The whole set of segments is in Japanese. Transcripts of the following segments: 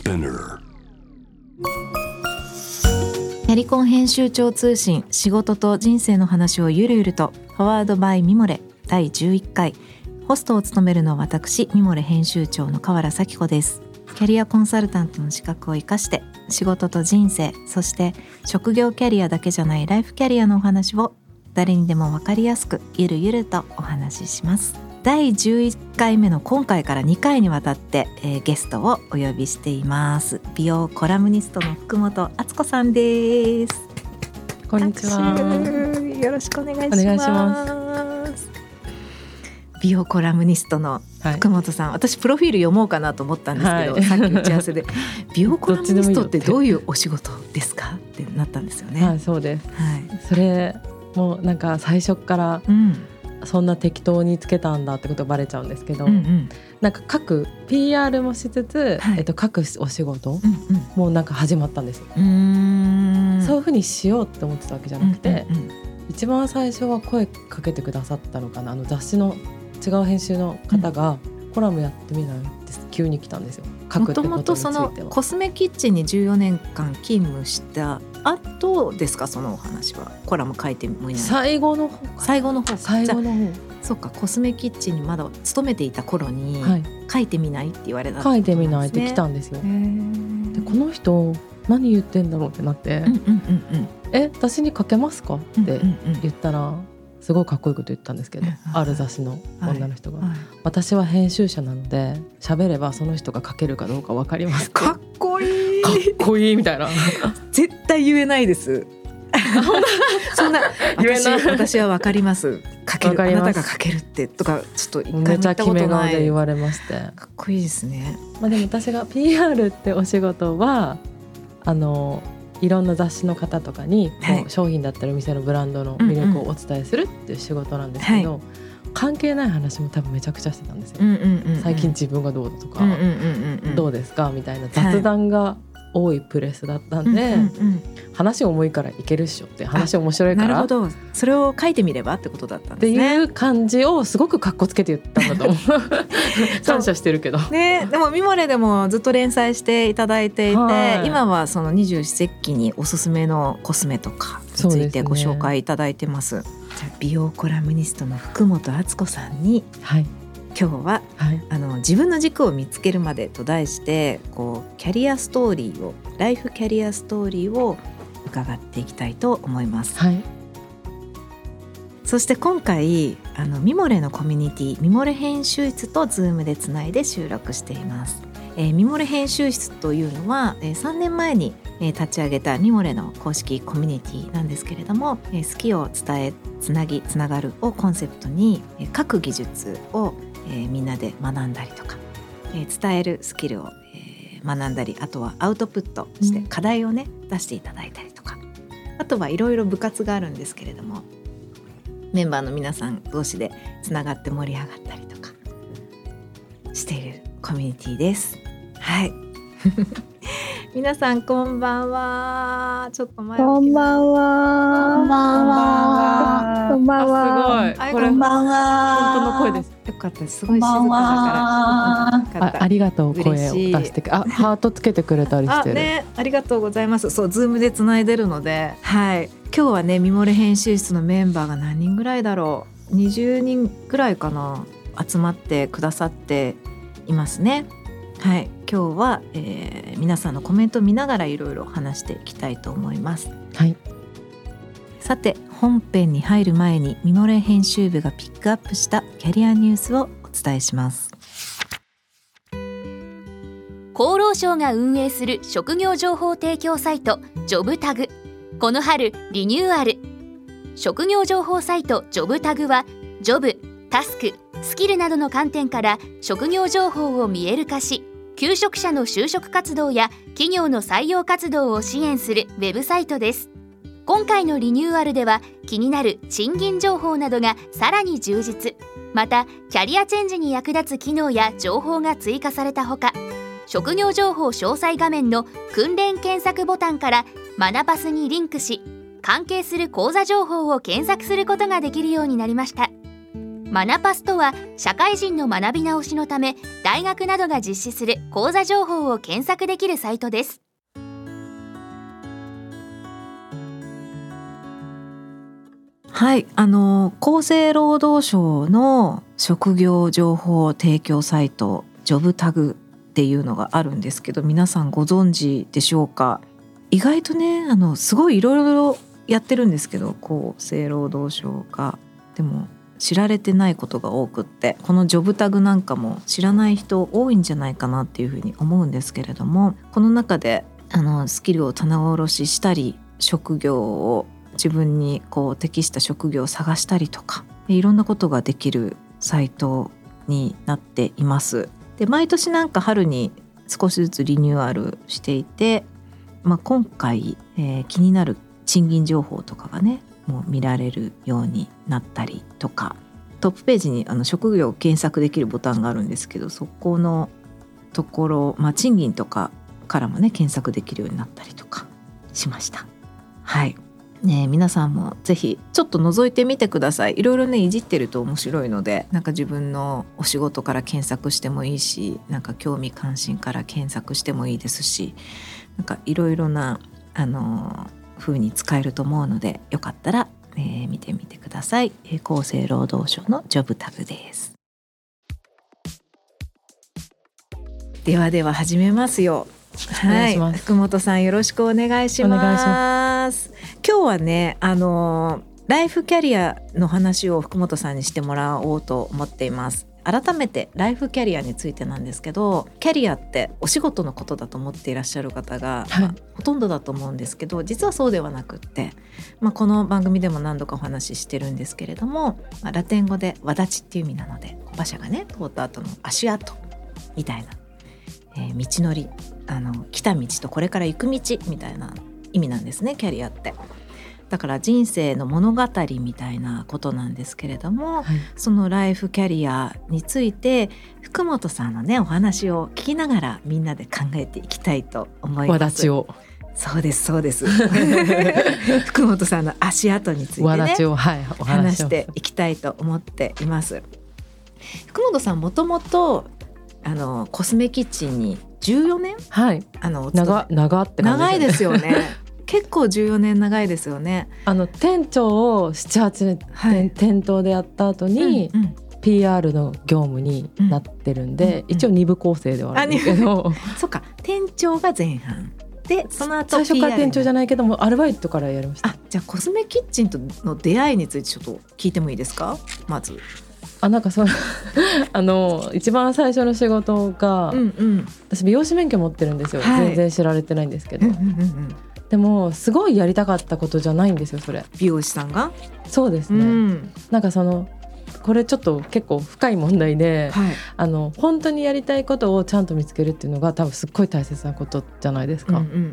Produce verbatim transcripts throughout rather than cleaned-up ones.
Spinner。 キャリコン編集長通信、仕事と人生の話をゆるゆると、パワードバイミモレだいじゅういっかい、ホストを務めるのは私、ミモレ編集長の河原咲子です。キャリアコンサルタントの資格を生かして、仕事と人生、そして職業キャリアだけじゃないライフキャリアのお話を誰にでも分かりやすくゆるゆるとお話しします。だいじゅういっかいめの今回からにかいにわたって、えー、ゲストをお呼びしています。美容コラムニストの福本敦子さんです。 こんにちは。 よろしくお願いします。 お願いします。 美容コラムニストの福本さん、はい、私プロフィール読もうかなと思ったんですけど、はい、さっき打ち合わせで美容コラムニストってどういうお仕事ですかってなったんですよね。 はい、そうです、はい、それもうなんか最初から、うんそんな適当につけたんだってことバレちゃうんですけど、うんうん、なんか各 ピーアール もしつつ、はいえっと、各お仕事もなんか始まったんですよ、うんうん、そういうふうにしようって思ってたわけじゃなくて、うんうんうん、一番最初は声かけてくださったのかな、あの雑誌の違う編集の方が、うん、コラムやってみないって急に来たんですよ。 もともとそのコスメキッチンにじゅうよねんかん勤務した後ですか、そのお話は。コラム書いてもいない最後の方か最後の方か最後の方そうか、コスメキッチンにまだ勤めていた頃に、はい、書いてみないって言われた、ね、 書いてみないって来たんですよ。でこの人何言ってんだろうってなって、うんうんうんうん、え私に書けますかって言ったら、うんうんうん、すごいかっこいいこと言ったんですけど、ある雑誌の女の人が、はいはい、私は編集者なので喋ればその人が書けるかどうか分かりますか。 かっこいいかっこいいみたいな絶対言えないですそんな私, 私は分かります書けるあなたが書けるってとかちょっと一回も言ったことない。めちゃ決め顔で言われまして、 かっこいいですね。 まあ、でも私が ピーアール ってお仕事はあのいろんな雑誌の方とかに、はい、商品だったりお店のブランドの魅力をお伝えするっていう仕事なんですけど、うんうん、関係ない話も多分めちゃくちゃしてたんですよ、うんうんうんうん、最近自分がどうだとか、うんうんうんうん、どうですかみたいな雑談が多いプレスだったんで、はいうんうんうん、話重いからいけるっしょって話面白いから、 なるほど、それを書いてみればってことだったんですねっていう感じをすごくかっこつけて言ったんだと思う感謝してるけど、 ね、でもミモレでもずっと連載していただいていて、はい、今はその二十四節気におすすめのコスメとかについてご紹介いただいてます。じゃあ美容コラムニストの福本敦子さんに、はい今日は、はい、あの自分の軸を見つけるまでと題してこうキャリアストーリーをライフキャリアストーリーを伺っていきたいと思います、はい、そして今回あのミモレのコミュニティミモレ編集室とズームでつないで収録しています、えー、ミモレ編集室というのは、えー、さんねんまえに、えー、立ち上げたミモレの公式コミュニティなんですけれども、えー、好きを伝えつなぎつながるをコンセプトに、えー、各技術をえー、みんなで学んだりとか、えー、伝えるスキルを、えー、学んだり、あとはアウトプットして課題をね、うん、出していただいたりとか、あとはいろいろ部活があるんですけれどもメンバーの皆さん同士でつながって盛り上がったりとかしているコミュニティです。はい皆さんこんばんは。ちょっと前こんばんは。こんばんは。こんばんは。 すごい。これこんばんは。 本当の声です。 よかったです。すごい静かだから。 あ, ありがとう。声を出してあハートつけてくれたりしてる。 あね、ありがとうございます。そうズームでつないでるので、はい。今日はねミモレ編集室のメンバーが何人ぐらいだろう。にじゅうにんぐらいかな集まってくださっていますね。はい。今日は、えー、皆さんのコメントを見ながらいろいろ話していきたいと思います、 はい、 さて本編に入る前にミモレ編集部がピックアップしたキャリアニュースをお伝えします。 厚労省が運営する職業情報提供サイトジョブタグ、この春リニューアル。職業情報サイトジョブタグはジョブ、タスク、スキルなどの観点から職業情報を見える化し、求職者の就職活動や企業の採用活動を支援するウェブサイトです。今回のリニューアルでは気になる賃金情報などがさらに充実。またキャリアチェンジに役立つ機能や情報が追加されたほか、職業情報詳細画面の訓練検索ボタンからマナパスにリンクし、関係する講座情報を検索することができるようになりました。 マナパスとは社会人の学び直しのため大学などが実施する講座情報を検索できるサイトです。 はい、あの厚生労働省の職業情報提供サイトジョブタグっていうのがあるんですけど、皆さんご存知でしょうか。意外とねあのすごいいろいろやってるんですけど、厚生労働省がでも知られてないことが多くって、このジョブタグなんかも知らない人多いんじゃないかなっていうふうに思うんですけれども、この中であのスキルを棚卸ししたり、職業を自分にこう適した職業を探したりとか、いろんなことができるサイトになっています。で毎年なんか春に少しずつリニューアルしていて、まあ、今回、えー、気になる賃金情報とかがねもう見られるようになったりとか、トップページにあの職業を検索できるボタンがあるんですけど、そこのところ、まあ、賃金とかからもね検索できるようになったりとかしました。はいね、皆さんもぜひちょっと覗いてみてください。いろいろねいじってると面白いので、なんか自分のお仕事から検索してもいいし、なんか興味関心から検索してもいいですし、なんかいろいろなあの風に使えると思うので、よかったら、えー、見てみてください。えー、厚生労働省のジョブタグです。ではでは始めますよ。はい、福本さんよろしくお願いします。お願いします。今日はねあのライフキャリアの話を福本さんにしてもらおうと思っています。改めてライフキャリアについてなんですけど、キャリアってお仕事のことだと思っていらっしゃる方が、はいまあ、ほとんどだと思うんですけど、実はそうではなくって、まあ、この番組でも何度かお話ししてるんですけれども、まあ、ラテン語で輪立ちっていう意味なので、馬車がね通った後の足跡みたいな、えー、道のり、あの来た道とこれから行く道みたいな意味なんですね、キャリアって。だから人生の物語みたいなことなんですけれども、はい、そのライフキャリアについて福本さんのねお話を聞きながらみんなで考えていきたいと思います。 輪立ちをそうですそうです福本さんの足跡についてね輪立ちを、はい、お話話していきたいと思っています。福本さんもともとあのコスメキッチンにじゅうよねん、はい、あの長長って感じですよね。 長いですよね結構じゅうよねん長いですよね。 あの店長を ななはちねん、はい、店頭でやった後に、うんうん、ピーアール の業務になってるんで、うんうん、一応に部構成ではあるんですけど、 そうか店長が前半でその後最初から店長じゃないけどもアルバイトからやりました。 あ、じゃあコスメキッチンとの出会いについてちょっと聞いてもいいですか。まずあなんかそうあの一番最初の仕事が、うんうん、私美容師免許持ってるんですよ、はい、全然知られてないんですけど、うんうんうん、でもすごいやりたかったことじゃないんですよそれ。 美容師さんがそうですね、うん、なんかそのこれちょっと結構深い問題で、はい、あの本当にやりたいことをちゃんと見つけるっていうのが多分すっごい大切なことじゃないですか、うんうんうんうん、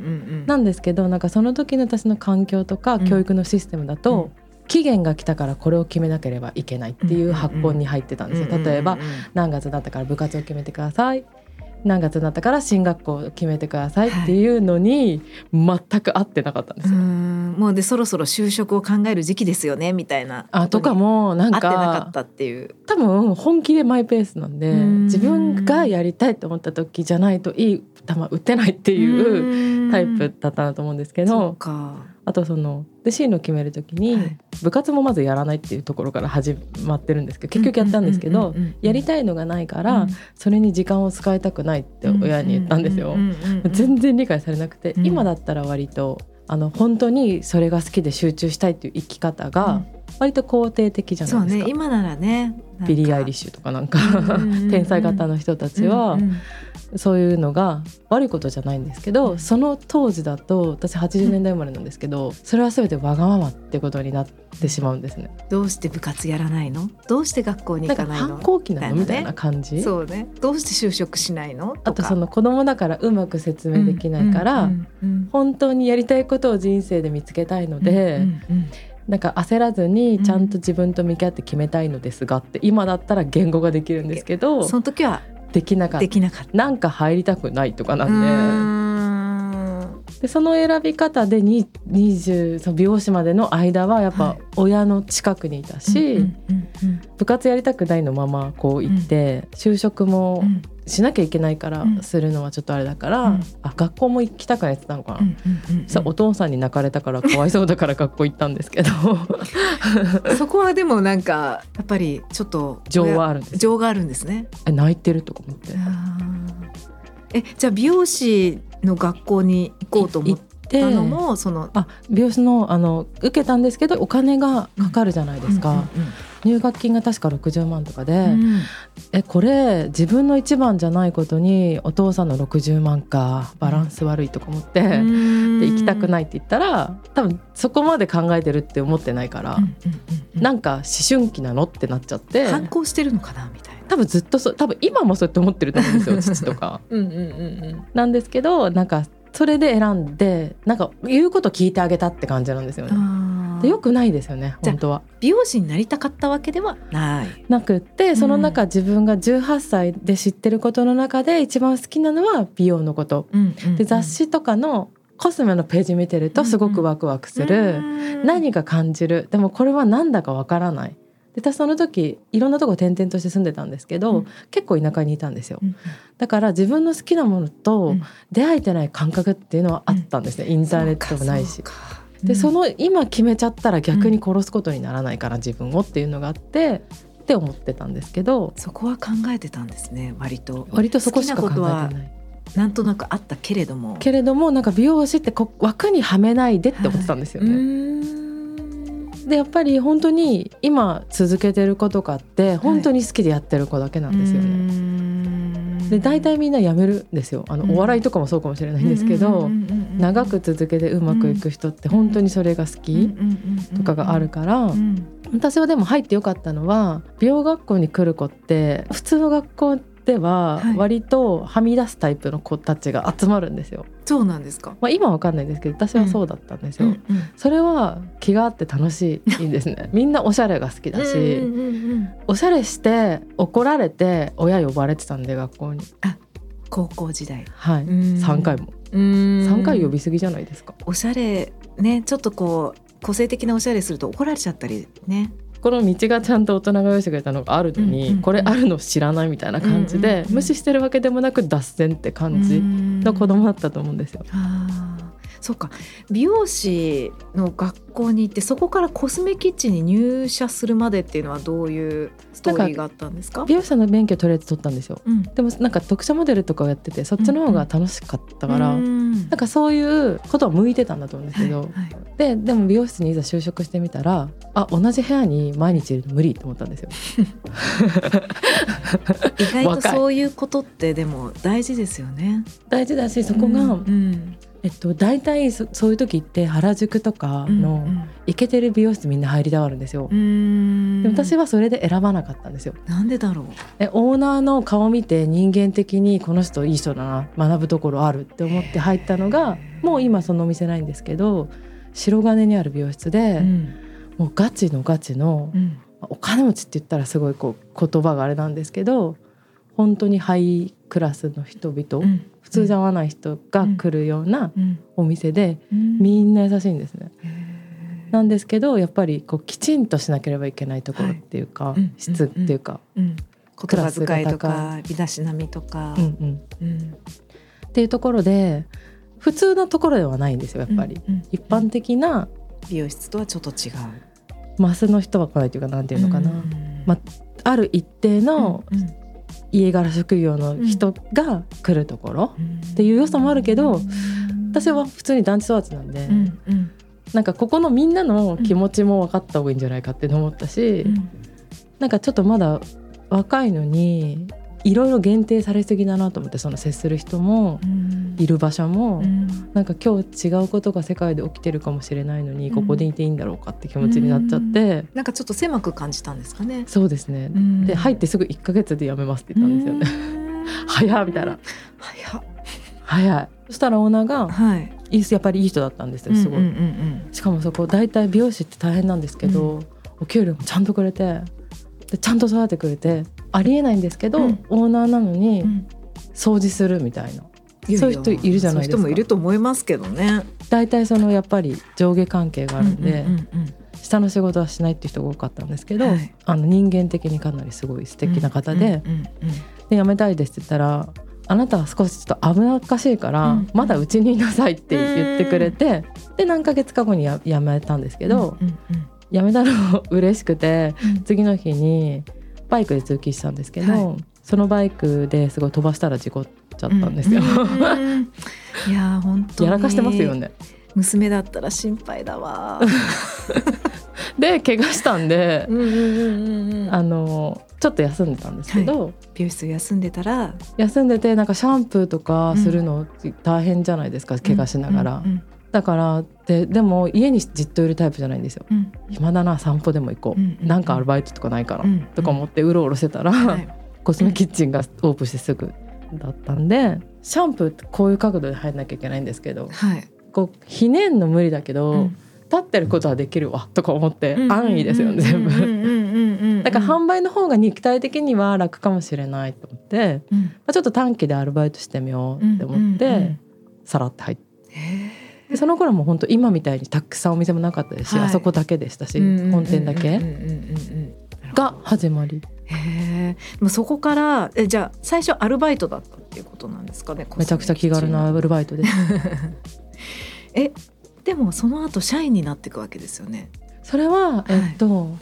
なんですけどなんかその時の私の環境とか教育のシステムだと、うんうん期限が来たからこれを決めなければいけないっていう発本に入ってたんですよ。例えば何月だったから部活を決めてください、何月だったから進学校を決めてくださいっていうのに全く合ってなかったんですよ。 うーんもうでそろそろ就職を考える時期ですよねみたいなあとかもなんか合ってなかったっていう多分本気でマイペースなんで自分がやりたいと思った時じゃないといい球打てないっていうタイプだったなと思うんですけど、そうかあとそので進路を決めるときに部活もまずやらないっていうところから始まってるんですけど結局やったんですけどやりたいのがないからそれに時間を使いたくないって親に言ったんですよ。全然理解されなくて今だったら割とあの本当にそれが好きで集中したいっていう生き方が割と肯定的じゃないですか。 そうね今ならねビリー・アイリッシュとかなんか天才型の人たちはそういうのが悪いことじゃないんですけど、うん、その当時だと私はちじゅうねんだい生まれなんですけど、うん、それは全てわがままってことになってしまうんですね。 どうして部活やらないの、どうして学校に行かないの、 なんか反抗期なのみたいな感じ。 そうね、どうして就職しないのとか、 あとその子供だからうまく説明できないから、うんうんうんうん、本当にやりたいことを人生で見つけたいので、うんうんうんなんか焦らずにちゃんと自分と向き合って決めたいのですがって、うん、今だったら言語ができるんですけどその時はできなかった。 できなかった。 なんか入りたくないとかなんで、 うーんでその選び方でににじゅうその美容師までの間はやっぱ親の近くにいたし、はい、部活やりたくないのままこう行って、うん、就職もしなきゃいけないからするのはちょっとあれだから、うん、あ学校も行きたくないって言ったのかな、うんうんうん、さお父さんに泣かれたからかわいそうだから学校行ったんですけどそこはでもなんかやっぱりちょっと情はあるんです情があるんですね。 え泣いてるとか思って、 えじゃあ美容師の学校に行こうと思ったのもそのあ美容師 の, あの受けたんですけどお金がかかるじゃないですか、うんうんうんうん、入学金が確かろくじゅうまんとかで、うん、えこれ自分の一番じゃないことにお父さんのろくじゅうまんかバランス悪いとか思って、うん、で行きたくないって言ったら多分そこまで考えてるって思ってないから、うんうんうんうん、なんか思春期なのってなっちゃって反抗してるのかなみたいな多分ずっとそう多分今もそうやって思ってると思うんですよ父とかうんうんうん、うん、なんですけどなんかそれで選んでなんか言うこと聞いてあげたって感じなんですよね。でよくないですよね本当は。 美容師になりたかったわけではないなくってその中、うん、自分がじゅうはっさいで知ってることの中で一番好きなのは美容のこと、うんうんうん、で雑誌とかのコスメのページ見てるとすごくワクワクする、うんうん、何か感じるでもこれは何だかわからないで私その時いろんなとこ転々として住んでたんですけど、うん、結構田舎にいたんですよ、うん、だから自分の好きなものと出会えてない感覚っていうのはあったんですね、うん、インターネットもないしでその今決めちゃったら逆に殺すことにならないから自分をっていうのがあってって思ってたんですけどそこは考えてたんですね割と割とそこしか考えてないなんとなくあったけれどもけれどもなんか美容師ってこ枠にはめないでって思ってたんですよね、はい、うーんでやっぱり本当に今続けてる子とかって本当に好きでやってる子だけなんですよね、はい、で大体みんな辞めるんですよあの、うん、お笑いとかもそうかもしれないんですけど長く続けてうまくいく人って本当にそれが好きとかがあるから私はでも入ってよかったのは美容学校に来る子って普通の学校では割とはみ出すタイプの子たちが集まるんですよ、はい、 そうなんですか、 まあ、今は分かんないですけど私はそうだったんですよ、うんうんうん、それは気があって楽しいんですねみんなおしゃれが好きだし、うんうんうん、おしゃれして怒られて親呼ばれてたんで学校にあ高校時代はいさんかいもうーんさんかい呼びすぎじゃないですかおしゃれねちょっとこう個性的なおしゃれすると怒られちゃったりねこの道がちゃんと大人が用意してくれたのがあるのに、うんうんうん、これあるの知らないみたいな感じで、うんうんうん、無視してるわけでもなく脱線って感じの子供だったと思うんですよ。 あそうか美容師の学校に行ってそこからコスメキッチンに入社するまでっていうのはどういうストーリーがあったんですか？ 美容師さんの免許とりあえず取ったんですよ、うん、でもなんか読者モデルとかをやっててそっちの方が楽しかったから、うんうん、なんかそういうことは向いてたんだと思うんですけど、はいはい、で, でも美容室にいざ就職してみたらあ同じ部屋に毎日いるの無理と思ったんですよ意外とそういうことってでも大事ですよね。 大事だしそこが、うんうんえっと、大体 そ, そういう時って原宿とかのイケてる美容室みんな入りたがるんですよ、うんうん、で私はそれで選ばなかったんですよ。 なんでだろう。 えオーナーの顔見て人間的にこの人いい人だな学ぶところあるって思って入ったのがもう今そのお店ないんですけど白金にある美容室で、うん、もうガチのガチの、うん、お金持ちって言ったらすごいこう言葉があれなんですけど本当にハイクラスの人々、うん、普通じゃ合わない人が来るようなお店で、うん、みんな優しいんですね、うん、なんですけどやっぱりこうきちんとしなければいけないところっていうか、はい、質っていうか、うんうんうん、 言葉遣いとか身だしなみとか、うんうんうん、 っていうところで普通のところではないんですよやっぱり、うんうん、一般的な美容室とはちょっと違うマスの人は来ないというかなんていうのかな、うんまあ、ある一定の、うんうん家柄職業の人が来るところっていう良さもあるけど、うん、私は普通に団地育ちなんで、うんうん、なんかここのみんなの気持ちも分かった方がいいんじゃないかって思ったし、うん、なんかちょっとまだ若いのにいろいろ限定されすぎだなと思ってその接する人も、うん、いる場所も、うん、なんか今日違うことが世界で起きてるかもしれないのに、うん、ここでいていいんだろうかって気持ちになっちゃって、うん、 なんかちょっと狭く感じたんですかね。 そうですね、うん、で入ってすぐいっかげつで辞めますって言ったんですよね、うん、早っみたいな早っ早い。そしたらオーナーが、はい、やっぱりいい人だったんですよすごい、うんうんうんうん、しかもそこ大体美容師って大変なんですけど、うん、お給料もちゃんとくれてでちゃんと育ててくれてありえないんですけど、うん、オーナーなのに掃除するみたいな、 そういう人いるじゃないですか。 そういう人もいると思いますけどね。 大体そのやっぱり上下関係があるんで、 うんうんうんうん、 下の仕事はしないっていう人が多かったんですけど、 はい、 あの人間的にかなりすごい素敵な方で、うんうんうんうん、で辞めたいですって言ったら、あなたは少しちょっと危なっかしいから、うんうん、まだうちにいなさいって言ってくれて、で何ヶ月か後にや辞めたんですけど、うんうんうん、辞めたの嬉しくて、うん、次の日にバイクで通勤したんですけど、はい、そのバイクですごい飛ばしたら事故っちゃったんですよ、うんうん、 いや本当にやらかしてますよね。 娘だったら心配だわで怪我したんで、うんうんうんうん、あのちょっと休んでたんですけど、はい、 美容室休んでたら休んでて、なんかシャンプーとかするの大変じゃないですか、うん、怪我しながら、うんうんうん、だからででも家にじっといるタイプじゃないんですよ、うん、暇だな散歩でも行こう、うんうん、なんかアルバイトとかないかな、うんうん、とか思ってうろうろしてたら、はい、コスメキッチンがオープンしてすぐだったんで、シャンプーってこういう角度で入んなきゃいけないんですけど、はい、こうひねんの無理だけど、うん、立ってることはできるわとか思って、うん、安易ですよね全部。だから販売の方が肉体的には楽かもしれないと思って、うん、まあ、ちょっと短期でアルバイトしてみようって思って、うんうんうん、さらって入って、でその頃も本当今みたいにたくさんお店もなかったですし、はい、あそこだけでしたし、うん、本店だけが始まり。 へー、そこからえじゃあ最初アルバイトだったっていうことなんですかね。 めちゃくちゃ気軽なアルバイトですえでもその後社員になっていくわけですよね。 それは、えっとはい、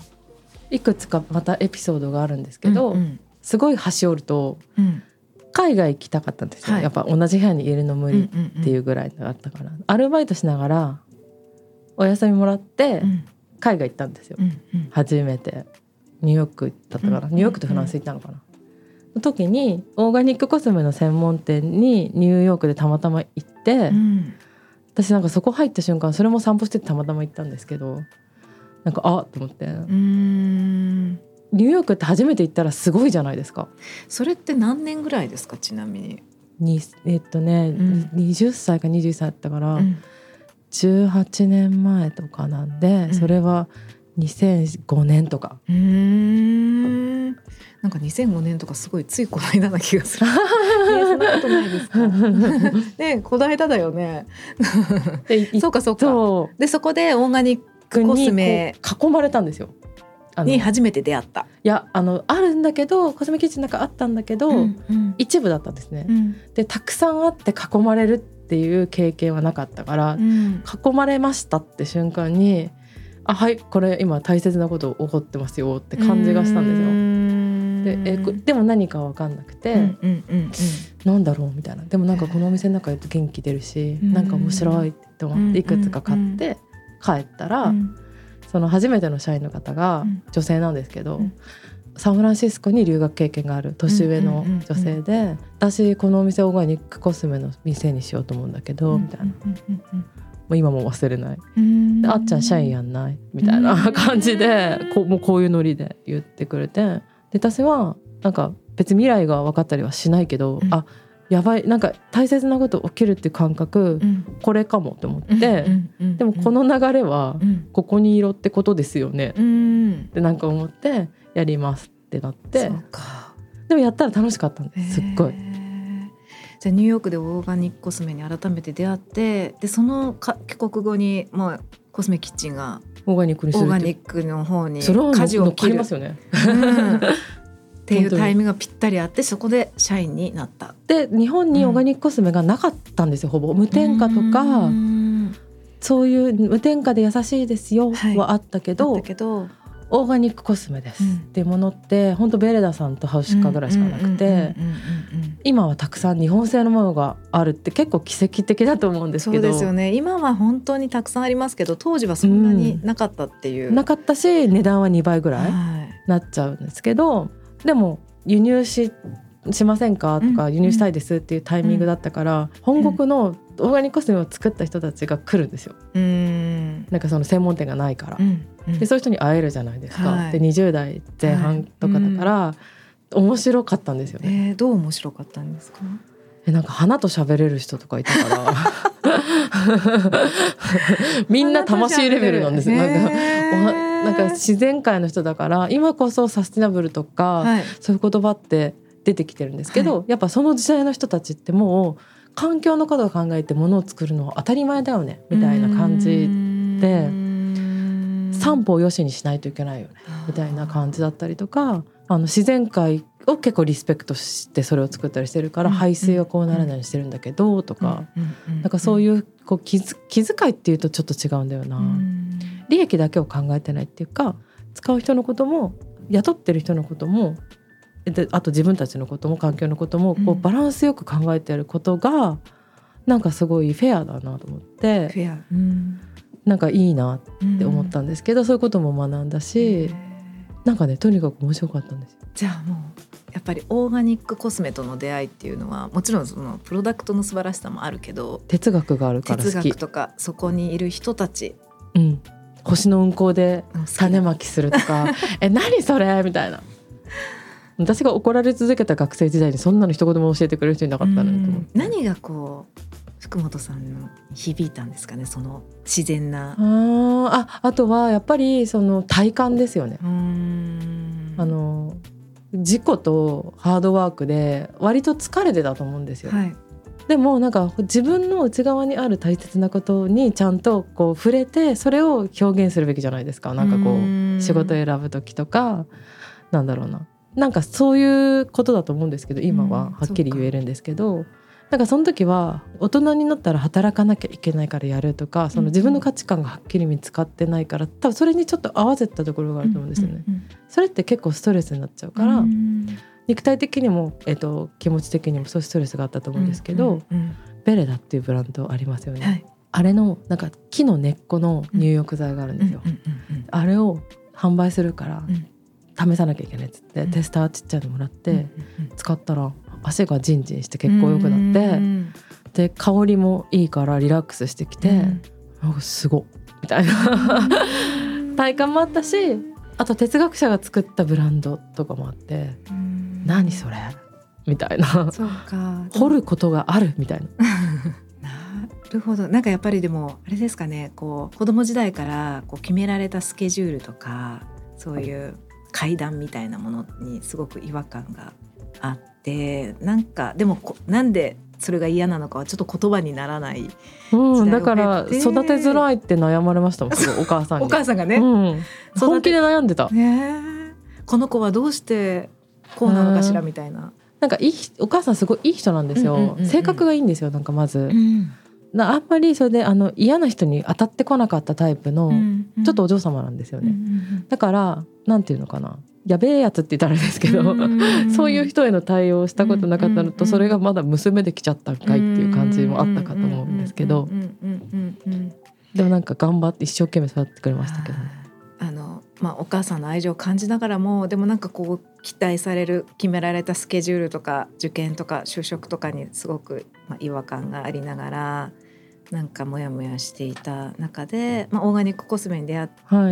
いくつかまたエピソードがあるんですけど、うんうん、すごい端折ると、うん、海外行きたかったんですよ、はい、やっぱ同じ部屋にいるの無理っていうぐらいだったから、うんうんうん、アルバイトしながらお休みもらって海外行ったんですよ、うんうん、初めてニューヨークだったかな、うんうんうん、ニューヨークとフランス行ったのかな、の時にオーガニックコスメの専門店にニューヨークでたまたま行って、うん、私なんかそこ入った瞬間、それも散歩しててたまたま行ったんですけど、なんかあっと思って、うーんニューヨークって初めて行ったらすごいじゃないですか。 それって何年ぐらいですか、ちなみに。 にえっとね、うん、にじゅっさいかにじゅういっさいだったから、うん、じゅうはちねんまえとかなんで、うん、それはにせんごねんとか。 うーんなんかにせんごねんとかすごいついこの間な気がするそんなことないですかね、この間だよねそうかそうか。でそこでオーガニックコスメ囲まれたんですよ。 に初めて出会った。 いや あのあるんだけど、コスメキッチンの中あったんだけど、うんうん、一部だったんですね、うん、でたくさんあって囲まれるっていう経験はなかったから、うん、囲まれましたって瞬間に、あはいこれ今大切なこと起こってますよって感じがしたんですよ。で, えでも何か分かんなくて、うんうんうんうん、なんだろうみたいな。でもなんかこのお店の中で元気出るし、なんか面白いって思っていくつか買って帰ったら、うんうんうん、その初めての社員の方が女性なんですけど、うん、サンフランシスコに留学経験がある年上の女性で、うんうんうんうん、私このお店オーガニックコスメの店にしようと思うんだけど、うんうんうんうん、みたいな、もう今も忘れない、うん、あっちゃん社員やんないみたいな感じで、こうもうこういうノリで言ってくれて、で私はなんか別に未来が分かったりはしないけど、うん、あやばいなんか大切なこと起きるっていう感覚、うん、これかもと思って、うんうんうんうん、でもこの流れはここにいろってことですよね、うん、ってなんか思ってやりますってなって、そうか。でもやったら楽しかったんです、すっごい。 じゃあニューヨークでオーガニックコスメに改めて出会って、でそのか帰国後に、まあ、コスメキッチンがオーガニックにするって、 オーガニックの方に舵を切るますよね、 うんっていうタイミングがぴったりあって、そこで社員になった。 で日本にオーガニックコスメがなかったんですよ、ほぼ。無添加とか、うん、そういう無添加で優しいですよ、はい、はあったけど、あったけどオーガニックコスメです、うん、っていうものって本当ベレダさんとハウシカぐらいしかなくて、今はたくさん日本製のものがあるって結構奇跡的だと思うんですけど。 そうですよね。今は本当にたくさんありますけど、当時はそんなになかったっていう、 うん、なかったし値段はにばいぐらいなっちゃうんですけど、はい、でも輸入 し, しませんかとか、輸入したいですっていうタイミングだったから、うん、本国のオーガニックコスメを作った人たちが来るんですよ、うん、なんかその専門店がないから、うんうん、でそういう人に会えるじゃないですか、はい、でにじゅう代前半とかだから、はい、うん、面白かったんですよね、 えー、どう面白かったんですか。 えなんか花と喋れる人とかいたからみんな魂レベルなんですよ、なんかなんか自然界の人だから、今こそサステナブルとか、はい、そういう言葉って出てきてるんですけど、はい、やっぱその時代の人たちってもう環境のことを考えて物を作るのは当たり前だよねみたいな感じで、散歩をよしにしないといけないよねみたいな感じだったりとか、あの自然界を結構リスペクトしてそれを作ったりしてるから、排水はこうならないようにしてるんだけどとか、なんかそういうこう気づ気遣いっていうとちょっと違うんだよな。利益だけを考えてないっていうか、使う人のことも雇ってる人のことも、であと自分たちのことも環境のこともこうバランスよく考えてることがなんかすごいフェアだなと思って、 フェア、うん、 なんかいいなって思ったんですけど、うん、そういうことも学んだし、なんかねとにかく面白かったんですよ。 じゃあもうやっぱりオーガニックコスメとの出会いっていうのはもちろんそのプロダクトの素晴らしさもあるけど、 哲学があるから好き。 哲学とかそこにいる人たち、 うん、星の運行で種まきするとかえ何それみたいな。私が怒られ続けた学生時代にそんなの一言も教えてくれる人いなかったのにと思って。 何がこう福本さんの響いたんですかね、その自然な。 ああ、あとはやっぱりその体感ですよね。うーん、あの自己とハードワークで割と疲れてたと思うんですよ、はい、でもなんか自分の内側にある大切なことにちゃんとこう触れて、それを表現するべきじゃないですか。なんかこう仕事選ぶ時とか、なんだろうな、なんかそういうことだと思うんですけど、今ははっきり言えるんですけど、なんかその時は大人になったら働かなきゃいけないからやるとか、その自分の価値観がはっきり見つかってないから、多分それにちょっと合わせたところがあると思うんですよね、うんうんうん、それって結構ストレスになっちゃうから、うん、肉体的にも、えーと、気持ち的にもそういうストレスがあったと思うんですけど、うんうんうん、ベレダっていうブランドありますよね、はい、あれのなんか木の根っこの入浴剤があるんですよ、うんうんうんうん、あれを販売するから、うん試さなきゃいけないっつって、うん、テスターちっちゃいのもらって、うんうんうん、使ったら足がジンジンして結構良くなって、うん、で香りもいいからリラックスしてきて、うん、なんかすごみたいな体感もあったし、あと哲学者が作ったブランドとかもあって、うん、何それみたいな。 そうか、 掘ることがあるみたいななるほど。なんかやっぱりでもあれですかね、こう子供時代からこう決められたスケジュールとかそういう階段みたいなものにすごく違和感があって、なんかでもなんでそれが嫌なのかはちょっと言葉にならない、 うん、だから育てづらいって悩まれましたもんお母さんにお母さんがね、うん、 本気で悩んでた、 ね、この子はどうしてこうなのかしらみたいな。 なんかいいお母さんすごいいい人なんですよ、うんうんうんうん、性格がいいんですよ。なんかまず、うん、あんまりそれであの嫌な人に当たってこなかったタイプの、うんうん、ちょっとお嬢様なんですよね、うんうん、だからなんていうのかな、やべえやつって言ったらあれですけど、うんうん、そういう人への対応をしたことなかったのと、それがまだ娘できちゃったんかいっていう感じもあったかと思うんですけど、でもなんか頑張って一生懸命育ってくれましたけどね。 あの、まあ、お母さんの愛情を感じながらも、でもなんかこう期待される決められたスケジュールとか受験とか就職とかにすごく、まあ、違和感がありながらなんかモヤモヤしていた中で、まあ、オーガニックコスメに出会って、はい、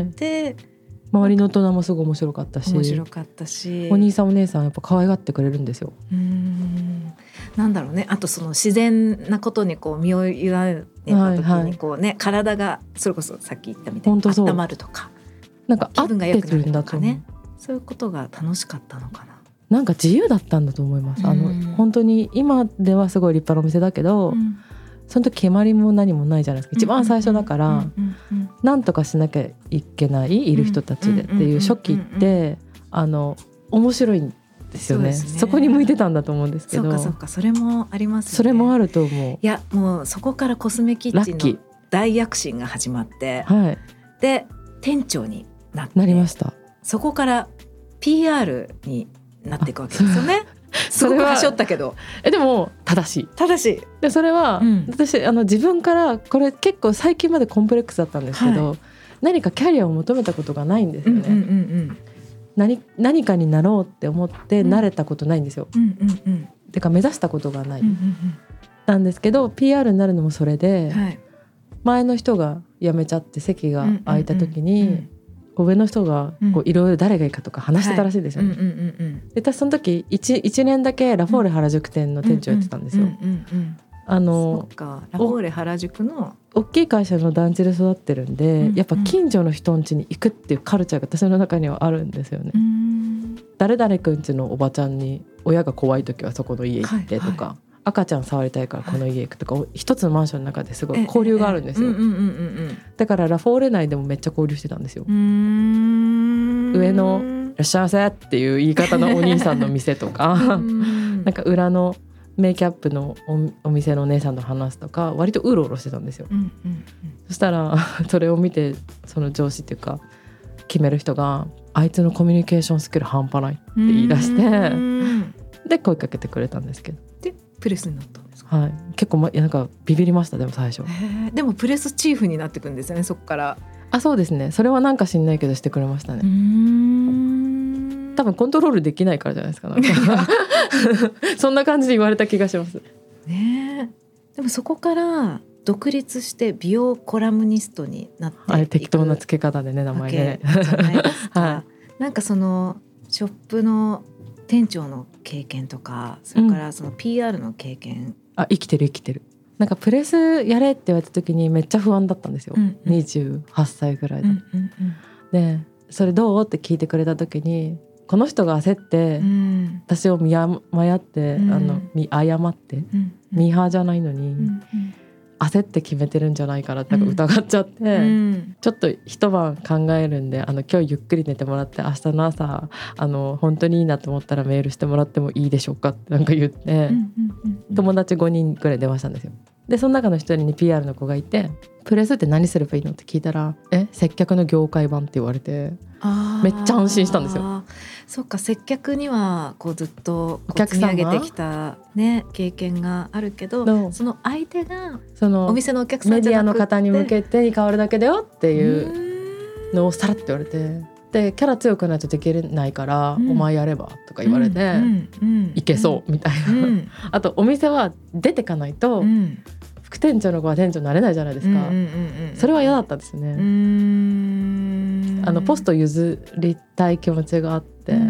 周りの大人もすごい面白かったし面白かったし、 お兄さんお姉さんやっぱ可愛がってくれるんですよ。 うーん、なんだろうね、あとその自然なことにこう身を委ねた時にこう、ね、はいはい、体がそれこそさっき言ったみたいに温まるとか、 なんか気分が良くなるとかね、 そういうことが楽しかったのかな。 なんか自由だったんだと思います。あの本当に今ではすごい立派なお店だけど、うん、その時決まりも何もないじゃないですか。一番最初だから何とかしなきゃいけないいる人たちでっていう初期ってあの面白いんですよね。 そ, ねそこに向いてたんだと思うんですけど。 そうかそうか、それもありますね。 それもあると思う。いやもうそこからコスメキッチンの大躍進が始まって、 はい、 で店長になってなりました。 そこから ピーアール になっていくわけですよね。すごくはしょったけどえでも正しい正しいでそれは、うん、私あの自分からこれ結構最近までコンプレックスだったんですけど、はい、何かキャリアを求めたことがないんですよね、うんうんうんうん、何, 何かになろうって思って慣れたことないんですよ、うんうんうん、てか目指したことがない、うんうんうん、なんですけど ピーアール になるのもそれで、はい、前の人が辞めちゃって席が空いた時に、うんうんうん、上の人がいろいろ誰がいいかとか話してたらしいんですよね、はい、うんうんうん、で私その時 1, いちねんだけラフォーレ原宿店の店長やってたんですよ、うんうんうんうん、あのそっか、ラフォーレ原宿の大きい会社の団地で育ってるんで、うんうん、やっぱ近所の人ん家に行くっていうカルチャーが私の中にはあるんですよね、うん、誰々くん家のおばちゃんに親が怖い時はそこの家行ってとか、はいはい、 赤ちゃん触りたいからこの家行くとか、はい、一つのマンションの中ですごい交流があるんですよ。だからラフォーレ内でもめっちゃ交流してたんですよ。うーん上のいらっしゃいませっていう言い方のお兄さんの店とかなんか裏のメイキャップの お, お店のお姉さんと話すとか割とうろうろしてたんですよ、うんうんうん、そしたらそれを見てその上司っていうか決める人があいつのコミュニケーションスキル半端ないって言い出してで声かけてくれたんですけど、 でプレスになったんですか？ はい、結構、ま、なんかビビりました。でも最初へでもプレスチーフになってくんですよね、そこから。 あ、そうですね。それはなんか知んないけどしてくれましたね。うーん多分コントロールできないからじゃないですか、なんかそんな感じで言われた気がしますね。でもそこから独立して美容コラムニストになっていく、 はい、適当な付け方でね名前ねじゃないですか、 はい、なんかそのショップの店長の経験とかそれからその ピーアール の経験、うん、 あ生きてる生きてる。なんかプレスやれって言われた時にめっちゃ不安だったんですよ、うんうん、にじゅうはっさいぐらいで、うんうんうん、でそれどうって聞いてくれた時にこの人が焦って、うん、私を見誤って、うん、あの見誤って、うんうん、ミーハーじゃないのに、うんうん、焦って決めてるんじゃないかなって疑っちゃって、うん、ちょっと一晩考えるんであの今日ゆっくり寝てもらって明日の朝あの本当にいいなと思ったらメールしてもらってもいいでしょうかってなんか言って、うんうんうん、友達ごにんぐらい電話したんですよ。でその中の一人に ピーアール の子がいてプレスって何すればいいのって聞いたらえ接客の業界版って言われてめっちゃ安心したんですよ。 そっか接客にはこうずっとこう積み上げてきた、ね、経験があるけどその相手がそのお店のお客さんじゃなくてメディアの方に向けてに変わるだけだよっていうのをさらって言われてでキャラ強くないとできないから、うん、お前やればとか言われて、うんうん、いけそうみたいな、うん、あとお店は出てかないと、うん副店長の子は店長になれないじゃないですか、うんうんうんうん、それは嫌だったですね。うーんあのポスト譲りたい気持ちがあって、うんうんうんうん、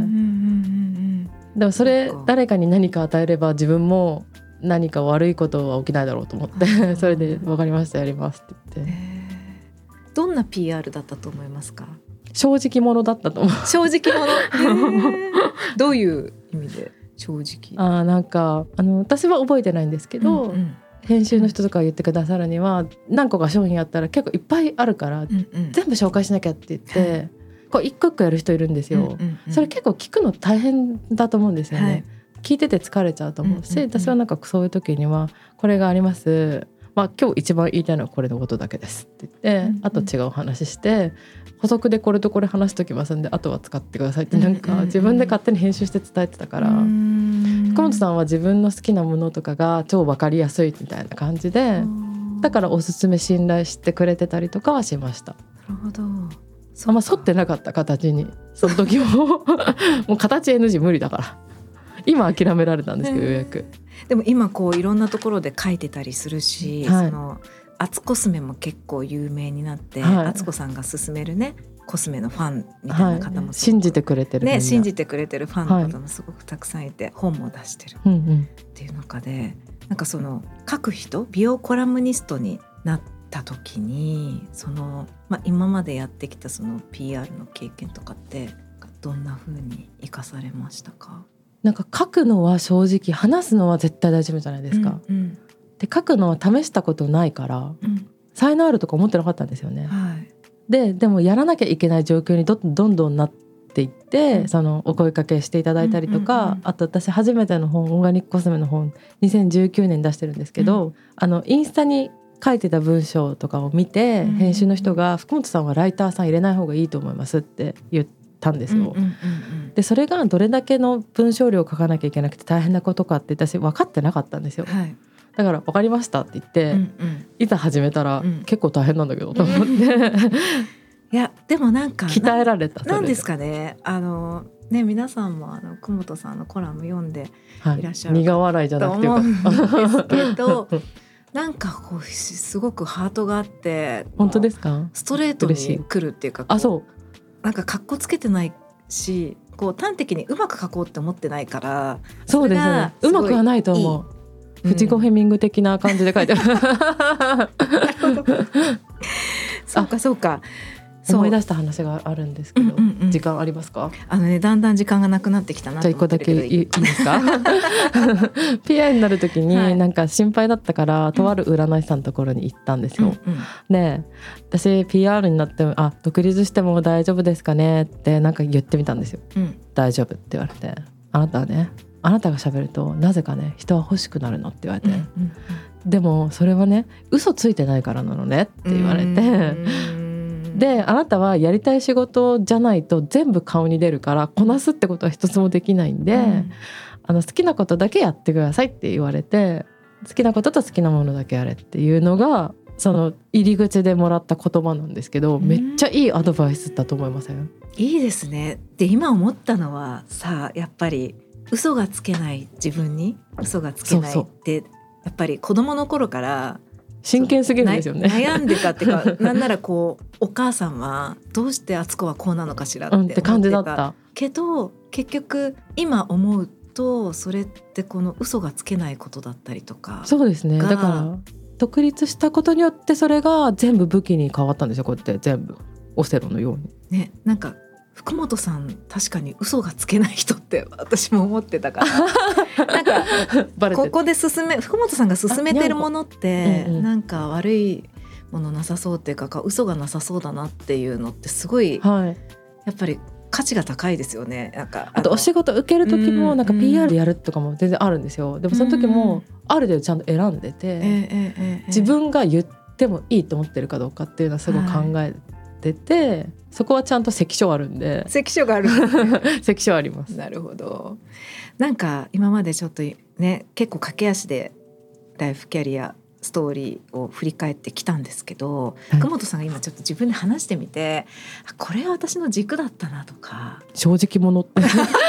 でもそれ誰かに何か与えれば自分も何か悪いことは起きないだろうと思ってそれで分かりましたやりますって言って。 どんな ピーアール だったと思いますか？ 正直者だったと思う。 正直者どういう意味で正直？ あなんかあの私は覚えてないんですけど、うんうん編集の人とか言ってくださるには何個か商品あったら結構いっぱいあるから、うんうん、全部紹介しなきゃって言ってこう一個一個やる人いるんですよ、うんうんうん、それ結構聞くの大変だと思うんですよね、はい、聞いてて疲れちゃうと思うし、うんうんうん、私はなんかそういう時にはこれがあります、まあ、今日一番言いたいのはこれのことだけですって言って、うんうん、あと違う話して補足でこれとこれ話しときますんであとは使ってくださいってなんか自分で勝手に編集して伝えてたから、うんうん福本さんは自分の好きなものとかが超分かりやすいみたいな感じでだからおすすめ信頼してくれてたりとかはしました。 なるほど。 あんま沿ってなかった形にその時ももう形 エヌジー 無理だから今諦められたんですけどようやく。 でも今こういろんなところで書いてたりするし、はい、そのアツコスメも結構有名になって、はい、アツコさんが勧めるねコスメのファンみたいな方も、はい、 信じてくれてる、 ね、信じてくれてるファンの方もすごくたくさんいて、はい、本も出してるっていう中で、うんうん、なんかその書く人美容コラムニストになった時にその、まあ、今までやってきたその ピーアール の経験とかってどんな風に生かされましたか？ なんか書くのは正直話すのは絶対大丈夫じゃないですか、うんうん、で書くのは試したことないから、うん、才能あるとか思ってなかったんですよね、はいで, でもやらなきゃいけない状況に ど, どんどんなっていって、うん、そのお声かけしていただいたりとか、うんうんうん、あと私初めての本オーガニックコスメの本にせんじゅうきゅうねん出してるんですけど、うん、あのインスタに書いてた文章とかを見て、うん、編集の人が福本さんはライターさん入れない方がいいと思いますって言ったんですよ、うんうんうんうん、でそれがどれだけの文章量を書かなきゃいけなくて大変なことかって私分かってなかったんですよ、はいだから分かりましたって言って、うんうん、いざ始めたら、うん、結構大変なんだけどと思って、うん、いやでもなんか鍛えられたなんですかねあのね皆さんもあの久本さんのコラム読んでいらっしゃる、 はい、苦笑いじゃなくてよかったと思うんですけどなんかこうすごくハートがあって本当ですかストレートに来るっていうかあそうなんかかっこつけてないしこう端的にうまく書こうって思ってないからそうですねうまくはないと思うフジコヘミング的な感じで書いてある、うん、 そうかそうか思い出した話があるんですけど、うんうんうん、時間ありますか？ あのね、だんだん時間がなくなってきたなと思ってるけど。 じゃあいっこだけいいですか？ピーアイ になる時になんか心配だったから、はい、とある占い師さんのところに行ったんですよ、うんうん、で私 ピーアール になってもあ独立しても大丈夫ですかねってなんか言ってみたんですよ、うん、大丈夫って言われて、あなたはね、あなたが喋るとなぜかね人は欲しくなるのって言われて、うんうんうん、でもそれはね嘘ついてないからなのねって言われて、であなたはやりたい仕事じゃないと全部顔に出るからこなすってことは一つもできないんで、うん、あの好きなことだけやってくださいって言われて、好きなことと好きなものだけやれっていうのがその入り口でもらった言葉なんですけど、めっちゃいいアドバイスだと思いません？ いいですね。で今思ったのはさ、やっぱり嘘がつけない自分に嘘がつけないって、そうそう、やっぱり子供の頃から真剣すぎるんですよね。 悩んでたっていうかなんならこうお母さんはどうして敦子はこうなのかしらって思ってた、うん、って感じだったけど、結局今思うとそれってこの嘘がつけないことだったりとか。 そうですね。だから独立したことによってそれが全部武器に変わったんですよ。こうやって全部オセロのようにね。なんか福本さん確かに嘘がつけない人って私も思ってたからなんかバレてここで進め福本さんが進めてるものって、うんうん、なんか悪いものなさそうっていうか嘘がなさそうだなっていうのってすごい、はい、やっぱり価値が高いですよね。なんか あ, あとお仕事受ける時もなんか ピーアール やるとかも全然あるんですよ。でもその時もある程度ちゃんと選んでて、えーえー、自分が言ってもいいと思ってるかどうかっていうのはすごい考えてて、はい、そこはちゃんと関所あるんで。 関所があるんですね。 関所あります。 なるほど。なんか今までちょっとね結構駆け足でライフキャリアストーリーを振り返ってきたんですけど、はい、福本さんが今ちょっと自分で話してみて、これは私の軸だったなとか。 正直者って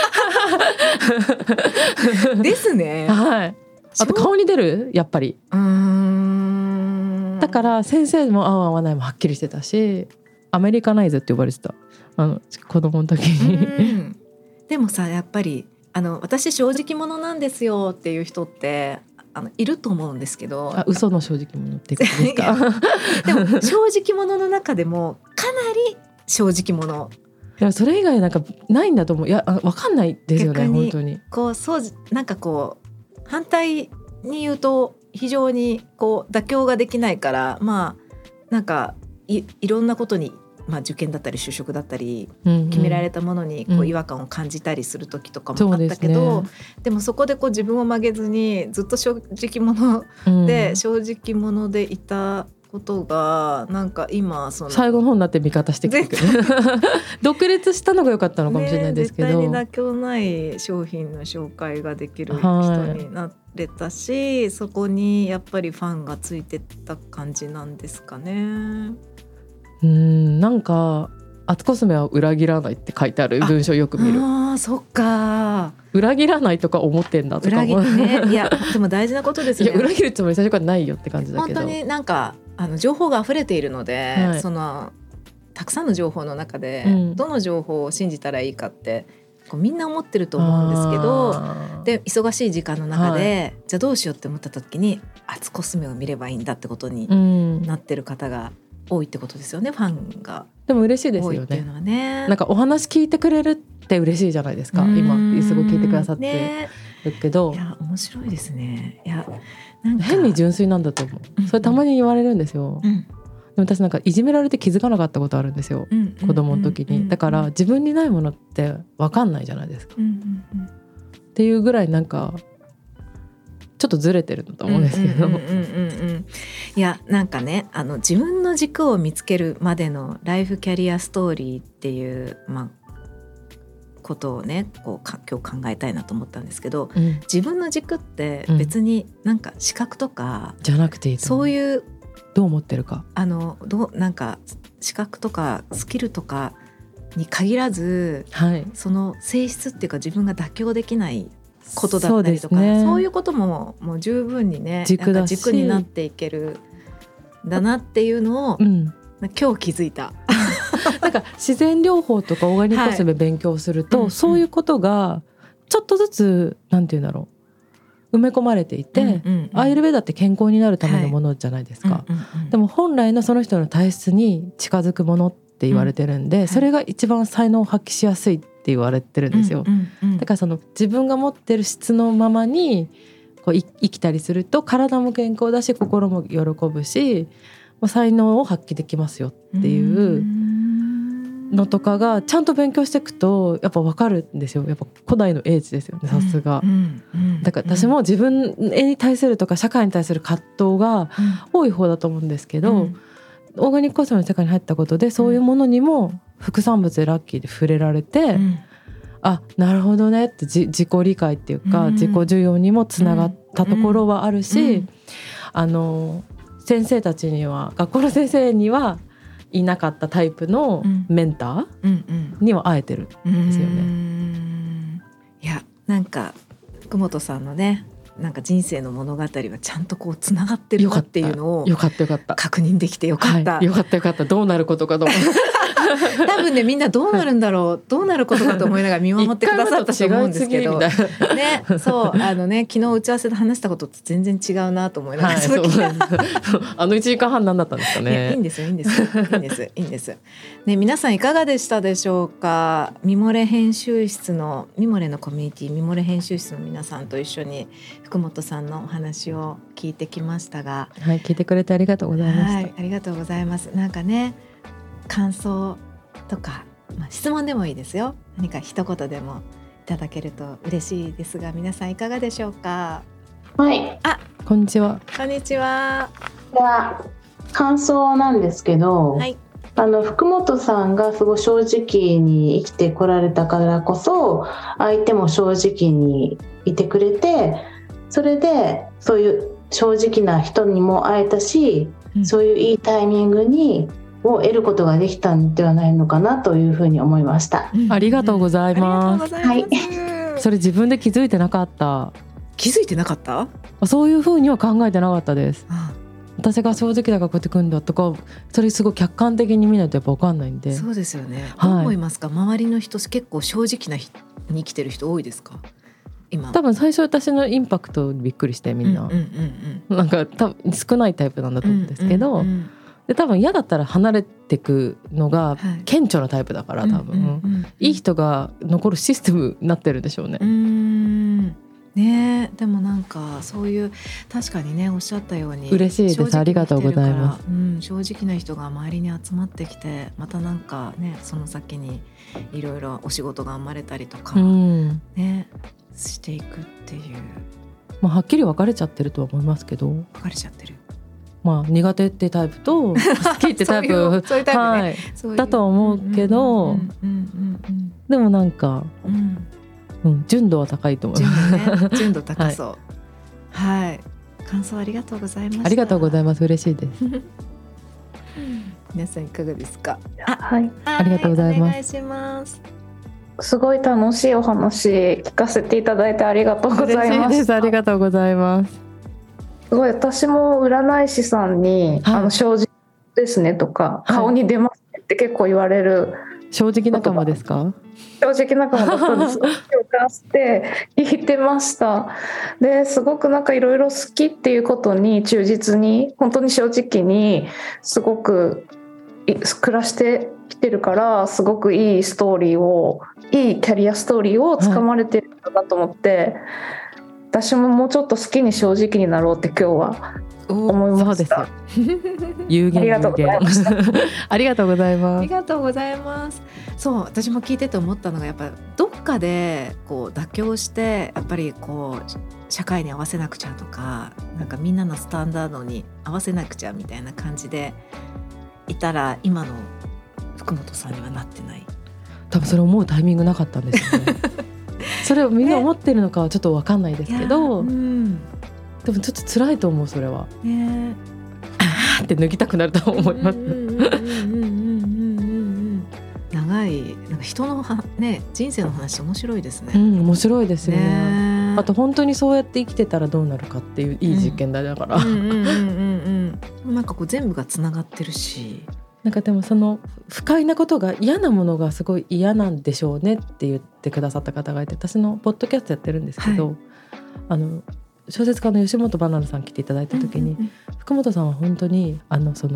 ですね。 はい。あと顔に出るやっぱり。うーん。だから先生も合う合わないもはっきりしてたし、アメリカナイズって呼ばれてた、あの子供の時に。 でもさ、やっぱりあの私正直者なんですよっていう人ってあのいると思うんですけど。 あ、嘘の正直者ってことですか？ でも正直者の中でもかなり正直者。 いやそれ以外なんかないんだと思う。いや分かんないですよね。 逆に本当にこうそうなんかこう反対に言うと非常にこう妥協ができないから、まあなんか い, いろんなことに、まあ、受験だったり就職だったり、うんうん、決められたものにこう違和感を感じたりする時とかもあったけど、うんでね、でもそこでこう自分を曲げずにずっと正直者で、うん、正直者でいたことがなんか今その最後の方になって味方してきてくる独立したのが良かったのかもしれないですけど、ね、 絶対に妥協ない商品の紹介ができる人になれたし、はい、そこにやっぱりファンがついてった感じなんですかね。 うーん、なんか厚コスメは裏切らないって書いてある文章よく見る。 ああ、そっか。 裏切らないとか思ってんだとかも、 裏切、ね、いやでも大事なことですね。 いや裏切るつもり最初からないよって感じだけど、 本当になんかあの情報が溢れているので、はい、そのたくさんの情報の中で、うん、どの情報を信じたらいいかってこうみんな思ってると思うんですけど、で忙しい時間の中で、はい、じゃあどうしようって思った時に厚コスメを見ればいいんだってことになってる方が多いってことですよね。ファンがでも嬉しいですよ ね, ねなんかお話聞いてくれるって嬉しいじゃないですか。今すごい聞いてくださってるけど、 ね、いや面白いですね。いやなんか変に純粋なんだと思う、うん、それたまに言われるんですよ、うん、でも私なんかいじめられて気づかなかったことあるんですよ、うん、子供の時に、うん、だから自分にないものって分かんないじゃないですか、うんうんうん、っていうぐらいなんかちょっとずれてるんだと思うんですけど、 いやなんかねあの自分の軸を見つけるまでのライフキャリアストーリーっていう、まあ、ことをねこうか今日考えたいなと思ったんですけど、うん、自分の軸って別になんか資格とか、 うん、じゃなくていいと思う。 そういうどう思ってるかあのどうなんか資格とかスキルとかに限らず、はい、その性質っていうか自分が妥協できないことだったりとか そうですね、そういうことももう十分にね軸だし軸になっていけるんだなっていうのを、うん、今日気づいたなんか自然療法とかオーガニックコスメ勉強すると、はい、そういうことがちょっとずつなんていうんだろう埋め込まれていて、うんうんうん、アイルベーダって健康になるためのものじゃないですか、はいうんうんうん、でも本来のその人の体質に近づくものっって言われてるんで、うん、それが一番才能を発揮しやすいって言われてるんですよ、うんうんうん、だからその自分が持ってる質のままにこう生きたりすると体も健康だし心も喜ぶし才能を発揮できますよっていうのとかがちゃんと勉強していくとやっぱ分かるんですよ。やっぱ古代の英知ですよね、さすが、うんうん、だから私も自分に対するとか社会に対する葛藤が多い方だと思うんですけど、うん、オーガニックコスメの世界に入ったことでそういうものにも副産物でラッキーで触れられて、うん、あ、なるほどねって自己理解っていうか、うん、自己需要にもつながったところはあるし、うんうん、あの先生たちには学校の先生にはいなかったタイプのメンターには会えてるんですよね、うんうん、 いやなんか福本さんのねなんか人生の物語はちゃんとこうつながってるなっていうのをよかったよかった確認できてよかった、 はい、よかったよかった。どうなることかと思多分ねみんなどうなるんだろうどうなることかと思いながら見守ってくださったと思うんですけどね、そうあのね昨日打ち合わせで話したことと全然違うなと思いながら、はい、そうあのいちじかんはん何だったんですかね。 いやいいんですよいいんですよいいんですいいんですね。皆さんいかがでしたでしょうか。ミモレ編集室のミモレのコミュニティミモレ編集室の皆さんと一緒に福本さんのお話を聞いてきましたが、 はい、聞いてくれてありがとうございました。はい、 ありがとうございます。なんかね感想とか、まあ、質問でもいいですよ。何か一言でもいただけると嬉しいですが、皆さんいかがでしょうか。 はい、 あ、 こんにちは。 こんにちは。 では感想なんですけど、はい、あの福本さんがすごい正直に生きてこられたからこそ相手も正直にいてくれて、それでそういう正直な人にも会えたし、うん、そういういいタイミングにを得ることができたんではないのかなというふうに思いました、 うん、ありがとうございます、 はい、 それ自分で気づいてなかった。 気づいてなかった。 そういうふうには考えてなかったです、うん、私が正直だからこうやってくんだとか、それすごい客観的に見ないとやっぱ分かんないんで。 そうですよね、はい、どう思いますか。周りの人結構正直な人に生きてる人多いですか。今多分最初私のインパクトにびっくりしてみんな、うんうんうんうん、なんか多分少ないタイプなんだと思うんですけど、うんうんうん、で多分嫌だったら離れてくのが顕著なタイプだから、はい、多分、うんうんうん、いい人が残るシステムになってるんでしょうね。 うーんね、でもなんかそういう確かにねおっしゃったように嬉しいです。ありがとうございます、 うん、正直な人が周りに集まってきて、またなんかねその先にいろいろお仕事が生まれたりとか、うん、ねしていくっていう、 まあ、はっきり分かれちゃってるとは思いますけど。 分かれちゃってる、 まあ、苦手ってタイプと好きってタイプそういうタイプ、ね、 はい、だとは思うけど、でもなんか、うんうん、純度は高いと思います。 純度ね、純度高そう、はい、はい、感想ありがとうございました。 ありがとうございます。嬉しいです皆さんいかがですか。 あ、はい、 ありがとうございます。 お願いします。 すごい楽しいお話聞かせていただいてありがとうございました。 嬉しいです。ありがとうございます。 すごい私も占い師さんに、はい、あの正直ですねとか、はい、顔に出ますねって結構言われる。 正直仲間ですか。 正直仲間だったんです。すごく共感して聞いてました。ですごくなんかいろいろ好きっていうことに忠実に本当に正直にすごく暮らしてきてるから、すごくいいストーリーをいいキャリアストーリーをつかまれてるんだなと思って、はい、私ももうちょっと好きに正直になろうって今日は思いました。 有言有言。 ありがとうございましたありがとうございます。 ありがとうございます。そう、私も聞いてて思ったのがやっぱどっかでこう妥協してやっぱりこう社会に合わせなくちゃとか、なんかみんなのスタンダードに合わせなくちゃみたいな感じでいたら今の福本さんにはなってない。 多分それ思うタイミングなかったんですよねそれをみんな思ってるのかはちょっと分かんないですけど、うん、でもちょっと辛いと思う。それは、ね、あーって脱ぎたくなると思います。 長いなんか人のは、ね、人生の話面白いですね、 うん、面白いですよ ね, ねあと本当にそうやって生きてたらどうなるかっていういい実験だから、 なんかこう全部がつながってるし、 なんかでもその不快なことが嫌なものがすごい嫌なんでしょうねって言ってくださった方がいて、私のポッドキャストやってるんですけど、はい、あの小説家の吉本ばななさん来ていただいた時に、うんうんうん、福本さんは本当にあのその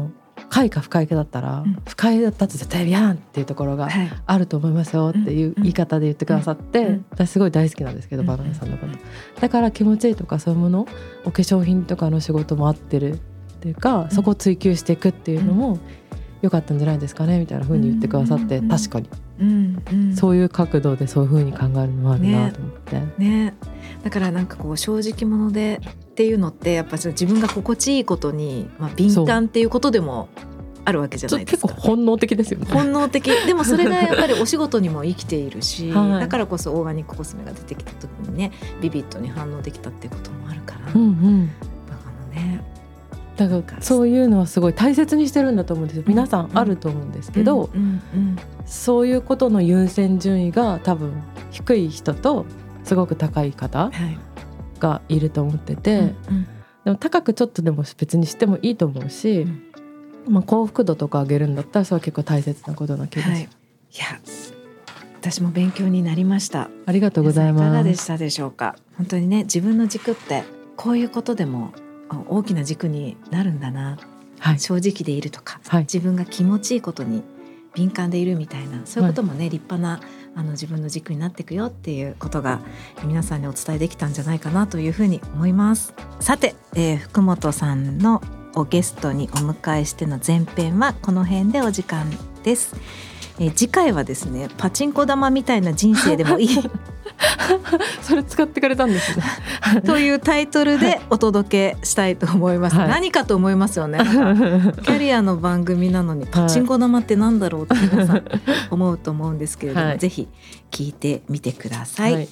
快か不快かだったら、うん、不快だったと絶対やんっていうところがあると思いますよっていう言い方で言ってくださって、うんうん、私すごい大好きなんですけど、うん、バナナさんのことだから気持ちいいとかそういうものお化粧品とかの仕事も合ってるっていうか、うん、そこを追求していくっていうのも良かったんじゃないですかねみたいな風に言ってくださって、うん、確かに、うんうん、そういう角度でそういう風に考えるのもあるなと思って、 ねね、だからなんかこう正直者でっていうのってやっぱり自分が心地いいことに、まあ、敏感っていうことでもあるわけじゃないですか。 結構本能的ですよね。 本能的でもそれがやっぱりお仕事にも生きているし、はい、だからこそオーガニックコスメが出てきた時にねビビッドに反応できたっていうこともあるから、うんうん、だからねだからそういうのはすごい大切にしてるんだと思うんですよ。皆さんあると思うんですけど、うんうんうん、そういうことの優先順位が多分低い人とすごく高い方がいると思ってて、はいうんうん、でも高くちょっとでも別にしてもいいと思うし、うんまあ、幸福度とか上げるんだったらそれは結構大切なことな気がします、はい、いや私も勉強になりました。 ありがとうございます。 いかがでしたでしょうか。本当にね自分の軸ってこういうことでも大きな軸になるんだな、はい、正直でいるとか、はい、自分が気持ちいいことに敏感でいるみたいなそういうこともね、はい、立派なあの自分の軸になっていくよっていうことが皆さんにお伝えできたんじゃないかなというふうに思います。さて、えー、福本さんのをゲストにお迎えしての前編はこの辺でお時間です、えー、次回はですねパチンコ玉みたいな人生でもいいそれ使ってくれたんですねというタイトルでお届けしたいと思います、はい、何かと思いますよね。キャリアの番組なのにパチンコ玉ってなんだろうって皆さん思うと思うんですけれども、はい、ぜひ聞いてみてください、はい。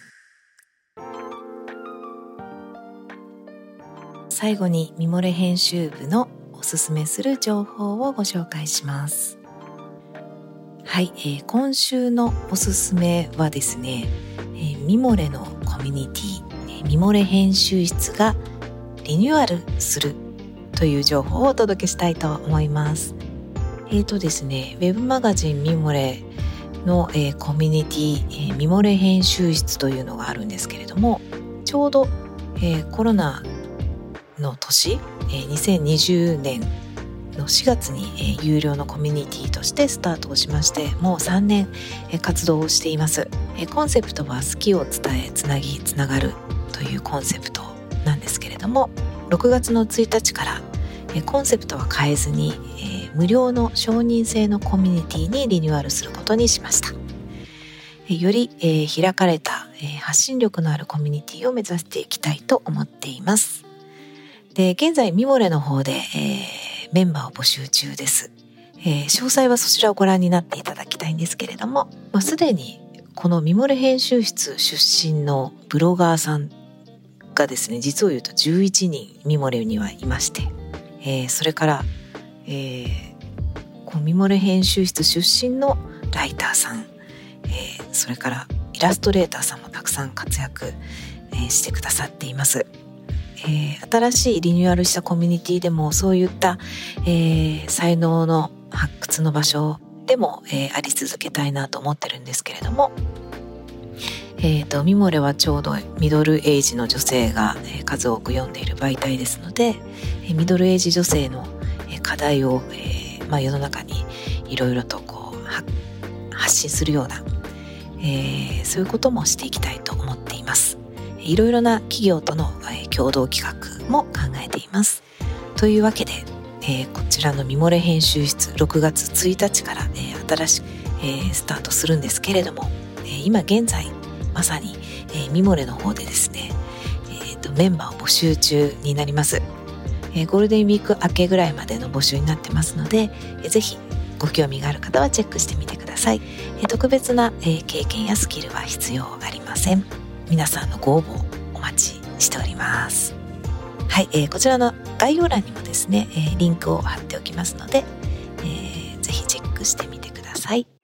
最後にミモレ編集部のおすすめする情報をご紹介します。はい、えー、今週のおすすめはですね、えー、ミモレのコミュニティ、えー、ミモレ編集室がリニューアルするという情報をお届けしたいと思います。えーとですね、ウェブマガジンミモレの、えー、コミュニティ、えー、ミモレ編集室というのがあるんですけれども、ちょうど、えー、コロナの年、えー、にせんにじゅうねんのしがつに、えー、有料のコミュニティとしてスタートをしまして、もうさんねん、えー、活動をしています、えー、コンセプトは好きを伝えつなぎつながるというコンセプトなんですけれども、ろくがつのついたちから、えー、コンセプトは変えずに、えー、無料の承認制のコミュニティにリニューアルすることにしました。えー、より、えー、開かれた、えー、発信力のあるコミュニティを目指していきたいと思っています。で、現在ミモレの方で、えー、メンバーを募集中です、えー、詳細はそちらをご覧になっていただきたいんですけれども、まあ、すでにこのミモレ編集室出身のブロガーさんがですね、実を言うとじゅういちにんミモレにはいまして、えー、それから、えー、このミモレ編集室出身のライターさん、えー、それからイラストレーターさんもたくさん活躍、えー、してくださっています。えー、新しいリニューアルしたコミュニティでもそういった、えー、才能の発掘の場所でも、えー、あり続けたいなと思ってるんですけれども、えーと、ミモレはちょうどミドルエイジの女性が、えー、数多く読んでいる媒体ですので、えー、ミドルエイジ女性の、えー、課題を、えーまあ、世の中にいろいろとこう発信するような、えー、そういうこともしていきたいと思っています。いろいろな企業との、えー、共同企画も考えています。というわけで、えー、こちらのミモレ編集室ろくがつついたちから、えー、新しく、えー、スタートするんですけれども、えー、今現在まさに、えー、ミモレの方でですね、えーと、メンバーを募集中になります、えー、ゴールデンウィーク明けぐらいまでの募集になってますので、えー、ぜひご興味がある方はチェックしてみてください。えー、特別な、えー、経験やスキルは必要ありません。皆さんのご応募お待ちしております。はい、えー、こちらの概要欄にもですね、えー、リンクを貼っておきますので、えー、ぜひチェックしてみてください。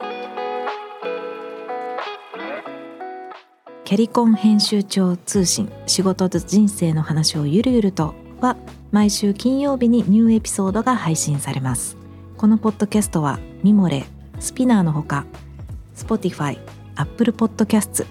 キャリコン編集長通信、仕事と人生の話をゆるゆるとは毎週金曜日にニューエピソードが配信されます。このポッドキャストはミモレ、スピナーのほか Spotify、Apple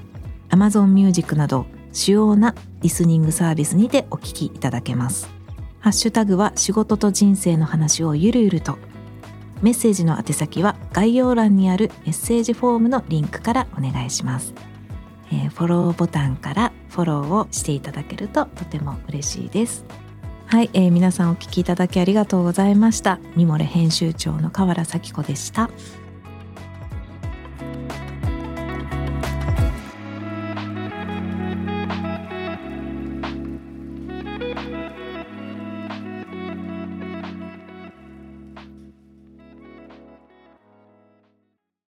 Podcasts、Amazon Music など主要なリスニングサービスにてお聞きいただけます。 ハッシュタグは仕事と人生の話をゆるゆると。メッセージの宛先は概要欄にあるメッセージフォームのリンクからお願いします。えー、フォローボタンからフォローをしていただけるととても嬉しいです。はい、えー、皆さんお聞きいただきありがとうございました。ミモレ編集長の河原咲子でした。